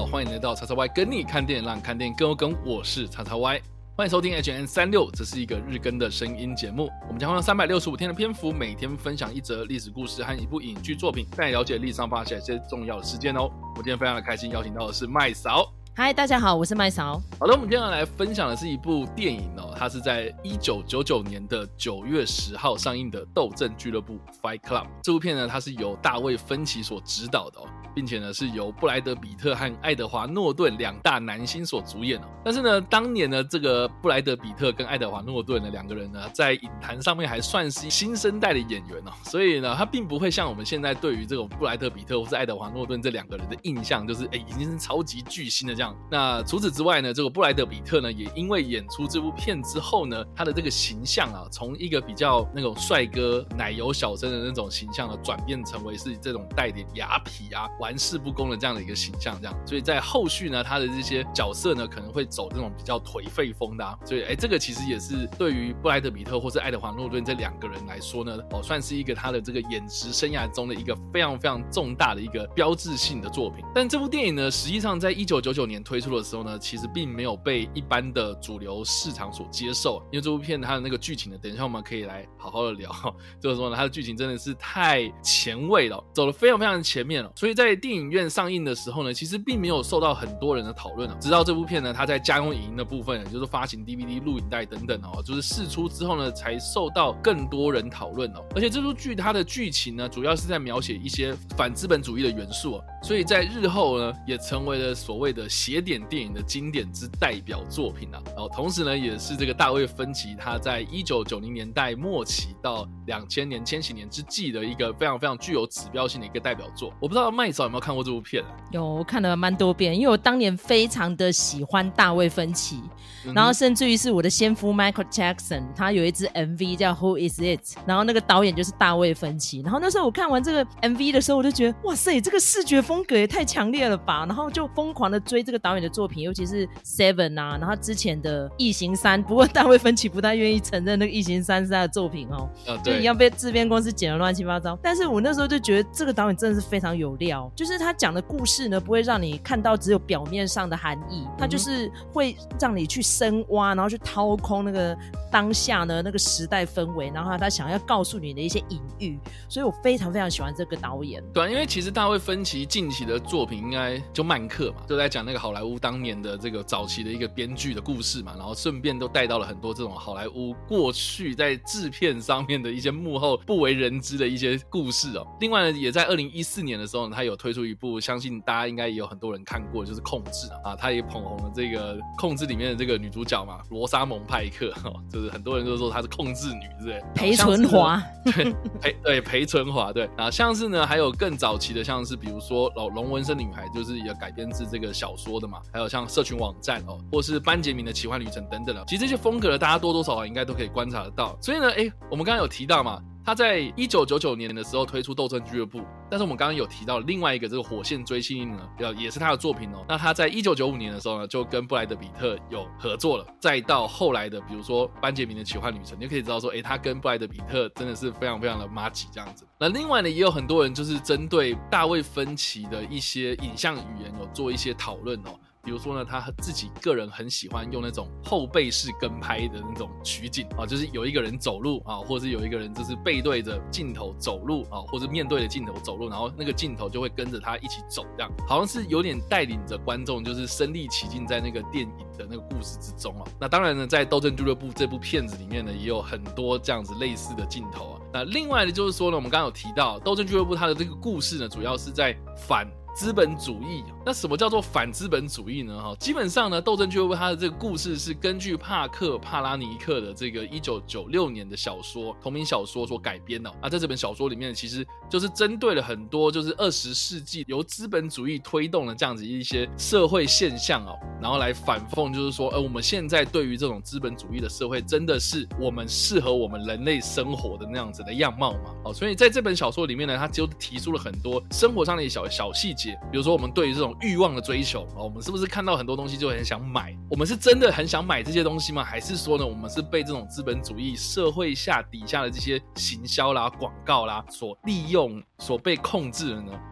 欢迎来到叉叉 Y 跟你看电影，让你看电影更有梗。我是叉叉 Y， 欢迎收听 HN36， 这是一个日更的声音节目。我们将会用365天的篇幅，每天分享一则历史故事和一部影剧作品，带你了解历史上发生一些重要的事件哦。我今天非常的开心，邀请到的是麦嫂。 嗨，大家好，我是麦嫂。 好的，我们今天要来分享的是一部电影哦，它是在1999年的9月10号上映的《斗阵俱乐部》Fight Club。这部片呢，它是由大卫芬奇所执导的哦，并且呢是由布莱德比特和爱德华诺顿两大男星所主演哦。但是呢，当年呢这个布莱德比特跟爱德华诺顿呢两个人呢，在影坛上面还算是新生代的演员哦，所以呢，他并不会像我们现在对于这种布莱德比特或是爱德华诺顿这两个人的印象，就是已经是超级巨星的这样。那除此之外呢，这个布莱德比特呢，也因为演出这部片之后呢，他的这个形象啊，从一个比较那种帅哥、奶油小生的那种形象呢，转变成为是这种带点雅痞啊、玩世不恭的这样的一个形象，这样。所以在后续呢，他的这些角色呢，可能会走这种比较颓废风的啊。所以这个其实也是对于布莱德比特或是爱德华诺顿这两个人来说呢，算是一个他的这个演职生涯中的一个非常非常重大的一个标志性的作品。但这部电影呢，实际上在1999年推出的时候呢，其实并没有被一般的主流市场所接受，因为这部片它的那个剧情呢，等一下我们可以来好好的聊，就是说呢，它的剧情真的是太前卫了，走得非常非常前面了，所以在电影院上映的时候呢，其实并没有受到很多人的讨论，直到这部片呢，它在家用影音的部分，也就是发行 DVD、录影带等等就是释出之后呢，才受到更多人讨论而且这部剧它的剧情呢，主要是在描写一些反资本主义的元素所以在日后呢，也成为了所谓的邪典电影的经典之代表作品同时呢，也是这个大卫芬奇他在1990年代末期到2000年、千禧年之际的一个非常非常具有指标性的一个代表作。我不知道麦嫂有没有看过这部片有，我看了蛮多遍，因为我当年非常的喜欢大卫芬奇，然后甚至于是我的先夫 Michael Jackson， 他有一支 MV 叫 Who Is It， 然后那个导演就是大卫芬奇。然后那时候我看完这个 MV 的时候，我就觉得哇塞，这个视觉风格也太强烈了吧，然后就疯狂的追这个导演的作品，尤其是 Seven 然后之前的异形3，不过大卫芬奇不太愿意承认那个异形3是他的作品就一样被制片公司剪得乱七八糟。但是我那时候就觉得这个导演真的是非常有料，就是他讲的故事呢，不会让你看到只有表面上的含义，他就是会让你去深挖，然后去掏空那个当下呢那个时代氛围，然后他想要告诉你的一些隐喻，所以我非常非常喜欢这个导演。 对因为其实大卫芬奇近期的作品应该就曼克嘛，就在讲那个好莱坞当年的这个早期的一个编剧的故事嘛，然后顺便都带到了很多这种好莱坞过去在制片上面的一些幕后不为人知的一些故事另外呢，也在2014年的时候呢，他有推出一部相信大家应该也有很多人看过，就是控制他也捧红了这个控制里面的这个女主角嘛，罗莎蒙派克就是很多人都说她是控制女，对不对？ 裴淳华对裴淳华对啊，像是呢还有更早期的，像是比如说龙纹身女孩，就是也改编自这个小说的嘛，还有像社群网站或是班杰明的奇幻旅程等等其实这些风格呢，大家多多少少应该都可以观察得到。所以呢我们刚刚有提到嘛，他在1999年的时候推出斗阵俱乐部，但是我们刚刚有提到另外一个这个火线追星呢，也是他的作品那他在1995年的时候呢，就跟布莱德比特有合作了，再到后来的比如说班杰明的奇幻旅程，你就可以知道说他跟布莱德比特真的是非常非常的麻吉这样子。那另外呢，也有很多人就是针对大卫芬奇的一些影像语言有做一些讨论比如说呢，他自己个人很喜欢用那种后背式跟拍的那种取景就是有一个人走路或者是有一个人就是背对着镜头走路或者面对着镜头走路，然后那个镜头就会跟着他一起走，这样好像是有点带领着观众就是身临其境在那个电影的那个故事之中那当然呢，在《斗阵俱乐部》这部片子里面呢，也有很多这样子类似的镜头那另外的就是说呢，我们刚刚有提到《斗阵俱乐部》它的这个故事呢，主要是在反资本主义。那什么叫做反资本主义呢？基本上呢，斗阵俱乐部它的这个故事是根据帕拉尼克的这个1996年的小说同名小说所改编的在这本小说里面，其实就是针对了很多就是20世纪由资本主义推动的这样子一些社会现象然后来反讽，就是说我们现在对于这种资本主义的社会，真的是我们适合我们人类生活的那样子的样貌嘛？所以在这本小说里面呢，他就提出了很多生活上的小细节，比如说我们对于这种欲望的追求我们是不是看到很多东西就很想买？我们是真的很想买这些东西吗？还是说呢，我们是被这种资本主义社会底下的这些行销啦、广告啦所利用、所被控制的呢？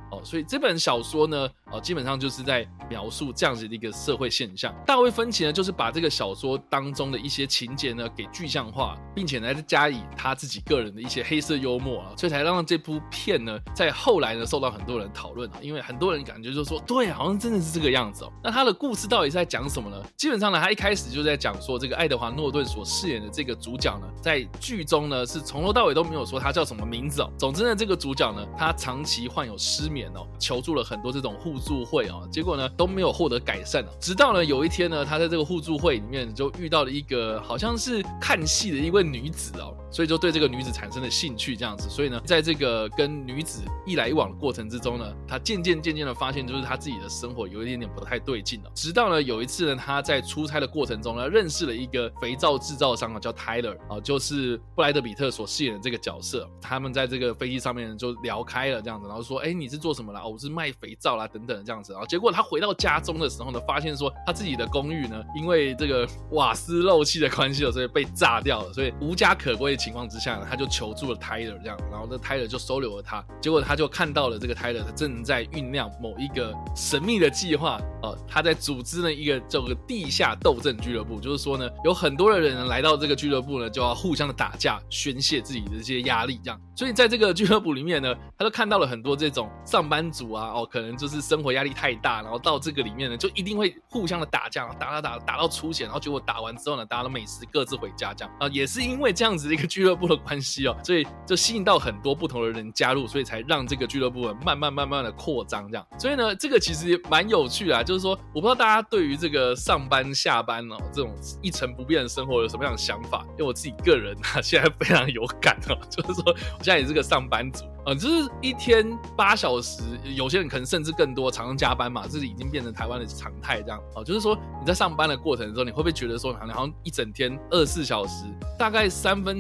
所以这本小说呢基本上就是在描述这样子的一个社会现象。大卫芬奇呢就是把这个小说当中的一些情节呢给具象化，并且呢再加以他自己个人的一些黑色幽默所以才让这部片呢在后来呢受到很多人讨论因为很多人感觉就是说对好像真的是这个样子那他的故事到底是在讲什么呢？基本上呢他一开始就在讲说这个爱德华诺顿所饰演的这个主角呢在剧中呢是从头到尾都没有说他叫什么名字总之呢这个主角呢他长期患有失眠求助了很多这种互助会结果呢都没有获得改善直到呢有一天呢他在这个互助会里面就遇到了一个好像是看戏的一位女子所以就对这个女子产生了兴趣这样子。所以呢在这个跟女子一来一往的过程之中呢他渐渐的发现就是他自己的生活有一点点不太对劲直到呢有一次呢他在出差的过程中呢认识了一个肥皂制造商叫 Tyler 就是布莱德比特所饰演的这个角色。他们在这个飞机上面就聊开了这样子，然后说你是做什么啦我是卖肥皂啦等等这样子。然后结果他回到家中的时候呢发现说他自己的公寓呢因为这个瓦斯漏气的关系所以被炸掉了，所以无家可归的情况之下呢他就求助了 Tyler 这样，然后这 Tyler 就收留了他。结果他就看到了这个 Tyler 他正在酝酿某一个神秘的计划他在组织了一个这个地下斗争俱乐部，就是说呢有很多的人呢来到这个俱乐部呢就要互相的打架宣泄自己的这些压力这样。所以在这个俱乐部里面呢他就看到了很多这种上班族可能就是生活压力太大，然后到这个里面呢就一定会互相的打架，打到出血，然后结果打完之后呢大家都没事各自回家这样也是因为这样子的一个俱乐部的关系所以就吸引到很多不同的人加入，所以才让这个俱乐部慢慢的扩张这样。所以呢这个其实也蛮有趣的就是说我不知道大家对于这个上班下班这种一成不变的生活有什么样的想法，因为我自己个人现在非常有感就是说我现在也是个上班族就是一天8小时，有些人可能甚至更多，常常加班嘛，这是已经变成台湾的常态这样就是说你在上班的过程中你会不会觉得说好像一整天24小时大概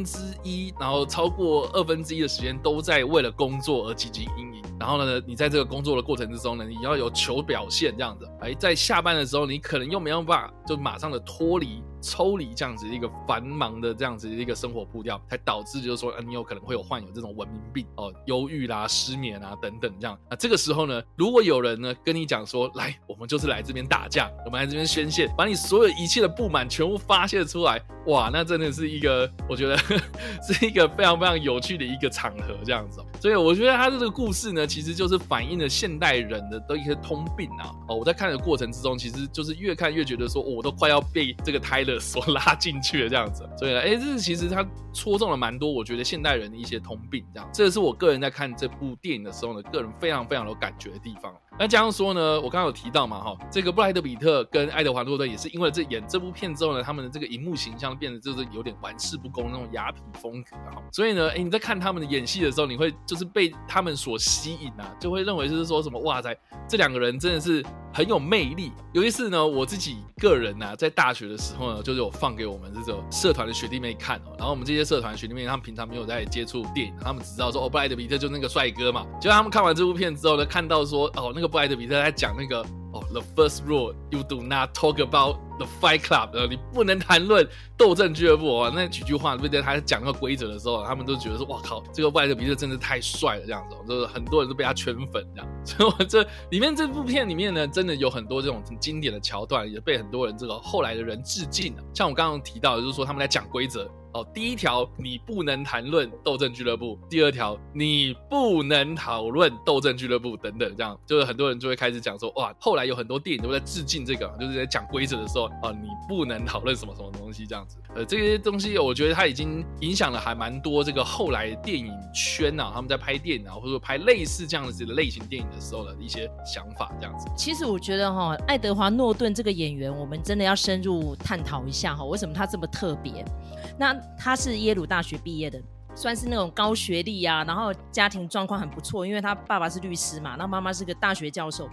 1/3然后超过1/2的时间都在为了工作而汲汲营营，然后呢你在这个工作的过程之中呢你要有求表现这样子在下班的时候你可能又没有办法就马上的抽离这样子一个繁忙的这样子一个生活步调，才导致就是说你有可能会患有这种文明病忧郁啦失眠等等这样。这个时候呢如果有人呢跟你讲说来我们就是来这边打架，我们来这边宣泄，把你所有一切的不满全部发泄出来，哇那真的是一个我觉得是一个非常非常有趣的一个场合这样子所以我觉得他这个故事呢其实就是反映了现代人的一些通病我在看的过程之中其实就是越看越觉得说我都快要被这个Tyler所拉进去了这样子。所以这其实他戳中了蛮多我觉得现代人的一些通病这样，这是我个人在看这部电影的时候呢个人非常非常有感觉的地方。那加上说呢我刚刚有提到嘛这个布莱德比特跟爱德华诺顿也是因为演这部片之后呢他们的这个荧幕形象变得就是有点玩世不恭那种雅痞风格所以呢你在看他们的演戏的时候你会就是被他们所吸引就会认为就是说什么哇塞这两个人真的是很有魅力。有一次呢我自己个人在大学的时候呢就是有放给我们这种社团的学弟妹看然后我们这些社团学弟妹他们平常没有在接触电影，他们只知道说布莱德比特就那个帅哥嘛，结果他们看完这部片之后呢看到说那个布莱德比特在讲那个The first rule, you do not talk about the Fight Club 你不能谈论斗争俱乐部那几句话对不对？他讲那个规则的时候他们都觉得说哇靠这个布莱德比特真的太帅了这样子就是很多人都被他圈粉这样。所以我这里面这部片里面呢真的有很多这种很经典的桥段，也被很多人这个后来的人致敬像我刚刚提到的就是说他们在讲规则第一条你不能谈论斗争俱乐部，第二条你不能讨论斗争俱乐部等等这样，就是很多人就会开始讲说哇后来有很多电影都在致敬这个就是在讲规则的时候你不能讨论什么什么东西这样子这些东西我觉得它已经影响了还蛮多这个后来电影圈他们在拍电影或者说拍类似这样子的类型电影的时候的一些想法这样子。 其实我觉得爱德华诺顿这个演员我们真的要深入探讨一下为什么他这么特别。那他是耶鲁大学毕业的，算是那种高学历然后家庭状况很不错，因为他爸爸是律师嘛，然后妈妈是个大学教授，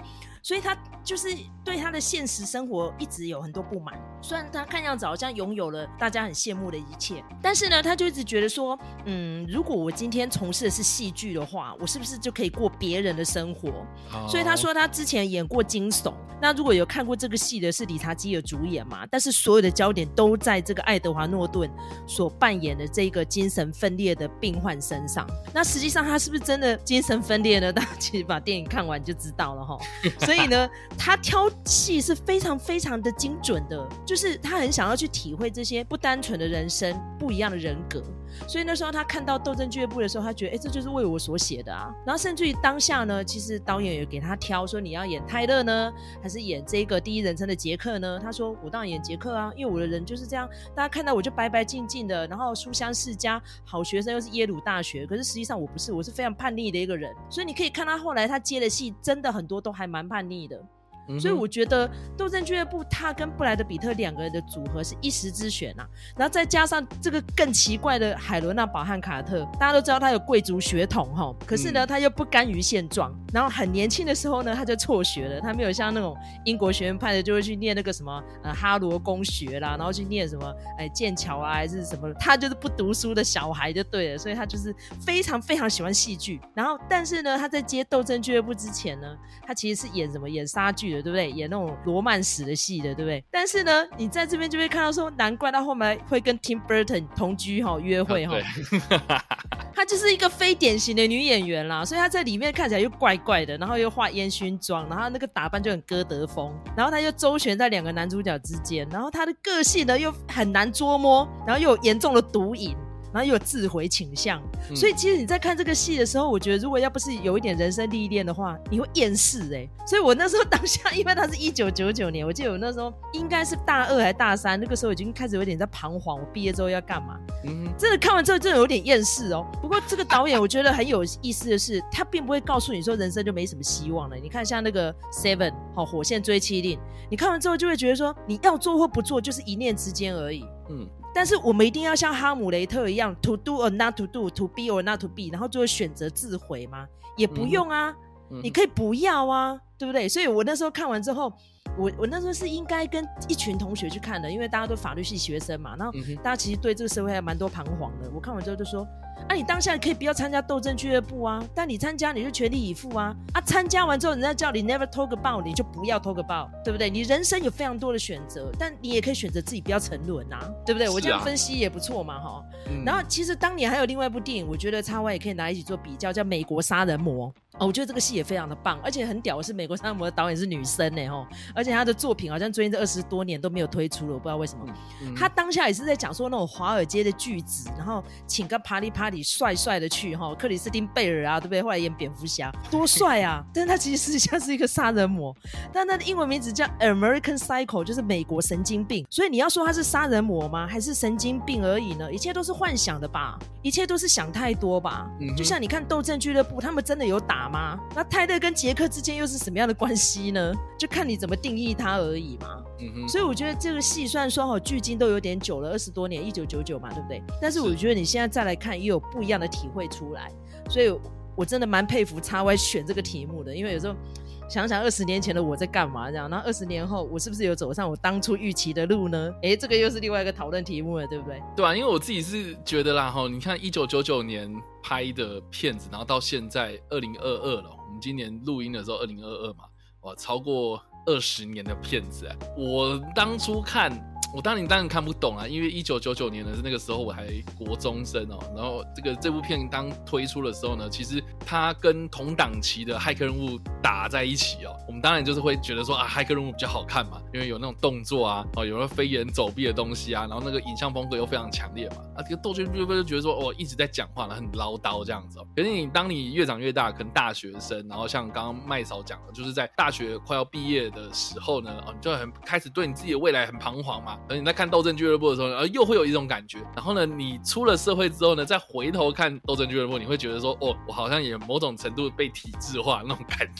所以他就是对他的现实生活一直有很多不满。虽然他看样子好像拥有了大家很羡慕的一切，但是呢，他就一直觉得说，如果我今天从事的是戏剧的话，我是不是就可以过别人的生活？所以他说他之前演过惊悚，那如果有看过这个戏的是理查基尔主演嘛，但是所有的焦点都在这个爱德华诺顿所扮演的这个精神分裂的病患身上。那实际上他是不是真的精神分裂呢？大家其实把电影看完就知道了齁。所以呢，他挑戏是非常非常的精准的，就是他很想要去体会这些不单纯的人生，不一样的人格。所以那时候他看到《斗争俱乐部》的时候，他觉得这就是为我所写的啊。然后甚至于当下呢，其实导演有给他挑说，你要演泰勒呢，还是演这个第一人称的杰克呢？他说我当然演杰克啊，因为我的人就是这样，大家看到我就白白净净的，然后书香世家，好学生，又是耶鲁大学。可是实际上我不是，我是非常叛逆的一个人。所以你可以看他后来他接的戏，真的很多都还蛮叛逆的。所以我觉得斗争俱乐部他跟布莱德比特两个人的组合是一时之选啊，然后再加上这个更奇怪的海伦娜·保汉卡特，大家都知道他有贵族血统齁，可是呢他又不甘于现状，然后很年轻的时候呢他就辍学了，他没有像那种英国学院派的就会去念那个什么哈罗公学啦，然后去念什么剑桥啊还是什么，他就是不读书的小孩就对了，所以他就是非常非常喜欢戏剧。然后但是呢他在接斗争俱乐部之前呢，他其实是演什么演莎剧的，对不对？演那种罗曼史的戏的，对不对？但是呢你在这边就会看到说，难怪他后面会跟 Tim Burton 同居约会她就是一个非典型的女演员啦，所以她在里面看起来又怪怪的，然后又化烟熏妆，然后那个打扮就很歌德风，然后她又周旋在两个男主角之间，然后她的个性呢又很难捉摸，然后又有严重的毒瘾，然后又有自毁倾向，所以其实你在看这个戏的时候，我觉得如果要不是有一点人生历练的话，你会厌世所以我那时候当下，因为它是1999年，我记得我那时候应该是大2还是大3，那个时候已经开始有点在彷徨，我毕业之后要干嘛？真的看完之后真的有点厌世哦。不过这个导演我觉得很有意思的是，他并不会告诉你说人生就没什么希望了。你看像那个 Seven 火线追妻令，你看完之后就会觉得说，你要做或不做就是一念之间而已。但是我们一定要像哈姆雷特一样 to do or not to do, to be or not to be， 然后就会选择自毁吗？也不用啊，你可以不要啊，对不对？所以我那时候看完之后，我那时候是应该跟一群同学去看的，因为大家都法律系学生嘛，然后大家其实对这个社会还蛮多彷徨的。我看完之后就说，你当下可以不要参加斗争俱乐部啊，但你参加你就全力以赴啊，参加完之后人家叫你 never talk about， 你就不要 talk about， 对不对？你人生有非常多的选择，但你也可以选择自己不要沉沦啊，对不对？我这样分析也不错嘛然后其实当年还有另外一部电影，我觉得XY也可以拿一起做比较，叫《美国杀人魔》。我觉得这个戏也非常的棒，而且很屌的是美国杀人魔的导演是女生而且她的作品好像最近这20多年都没有推出了，我不知道为什么。她当下也是在讲说那种华尔街的巨子，然后请个 party 帅帅的去克里斯汀贝尔啊，对不对？后来演蝙蝠侠多帅啊，但是他其实实际上是一个杀人魔，但他的英文名字叫 American Psycho， 就是美国神经病。所以你要说他是杀人魔吗？还是神经病而已呢？一切都是幻想的吧，一切都是想太多吧。就像你看斗争俱乐部，他们真的有打吗？那泰勒跟杰克之间又是什么样的关系呢？就看你怎么定义他而已嘛。所以我觉得这个戏虽然说距今都有点久了，20多年，1999嘛，对不对？但是我觉得你现在再来看，也有不一样的体会出来。所以我真的蛮佩服XY选这个题目的，因为有时候想想20年前的我在干嘛这样，然后20年后我是不是有走上我当初预期的路呢？这个又是另外一个讨论题目了，对不对？ 对啊，因为我自己是觉得啦你看1999年拍的片子，然后到现在2022了，我们今年录音的时候2022嘛，哇，超过20年的片子我当初看，我当然看不懂因为1999年的那个时候我还国中生然后这部片当推出的时候呢，其实它跟同档期的骇客任务打在一起我们当然就是会觉得说骇客任务比较好看嘛，因为有那种动作有那飞檐走壁的东西然后那个影像风格又非常强烈嘛这个斗争俱乐部就觉得说一直在讲话很唠叨这样子可是当你越长越大，可能大学生，然后像刚刚麦嫂讲的，就是在大学快要毕业的时候呢你就很开始对你自己的未来很彷徨嘛，而你在看斗争俱乐部的时候又会有一种感觉，然后呢你出了社会之后呢，再回头看斗争俱乐部，你会觉得说我好像也某种程度被体制化那种感觉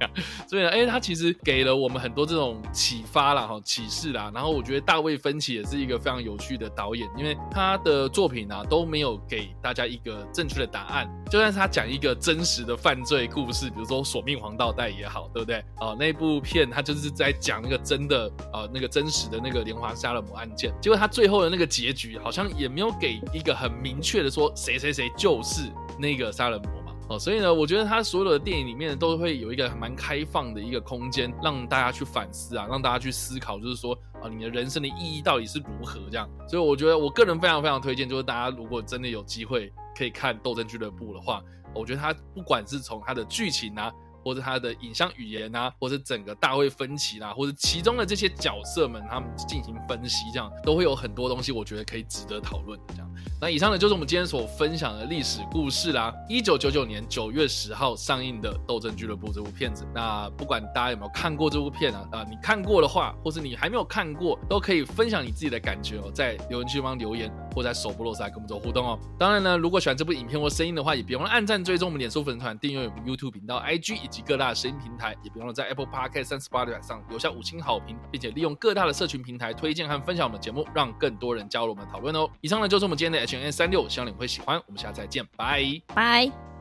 样。所以呢，他其实给了我们很多这种启发啦、启示啦。然后我觉得大卫芬奇也是一个非常有趣的导演，因为他的作品啊都没有给大家一个正确的答案，就算是他讲一个真实的犯罪故事，比如说《索命黄道带》也好，对不对？那部片他就是在讲那个真的那个真实的那个连环杀人魔案件，结果他最后的那个结局好像也没有给一个很明确的说谁谁谁就是那个杀人魔嘛。所以呢，我觉得他所有的电影里面都会有一个蛮开放的一个空间，让大家去反思啊，让大家去思考，就是说你的人生的意义到底是如何这样。所以我觉得我个人非常非常推荐，就是大家如果真的有机会可以看《斗争俱乐部》的话，我觉得他不管是从他的剧情啊，或者他的影像语言啊，或者整个大卫芬奇啦，或者其中的这些角色们他们进行分析，这样都会有很多东西我觉得可以值得讨论这样。那以上呢就是我们今天所分享的历史故事啦。1999年9月10号上映的《斗争俱乐部》这部片子，那不管大家有没有看过这部片啊，你看过的话，或是你还没有看过，都可以分享你自己的感觉在留言区方留言，或在首播罗斯来跟我们做互动哦。当然呢，如果喜欢这部影片或声音的话，也别忘了按赞、追踪我们脸书粉丝团、订阅我们 YouTube 频道、IG 以及各大的声音平台，也别忘了在 Apple Podcast 和 Spotify 上留下5星好评，并且利用各大的社群平台推荐和分享我们的节目，让更多人加入我们讨论哦。以上呢就是我们今天的 HNS36，希望你们会喜欢，我们下次再见，拜拜。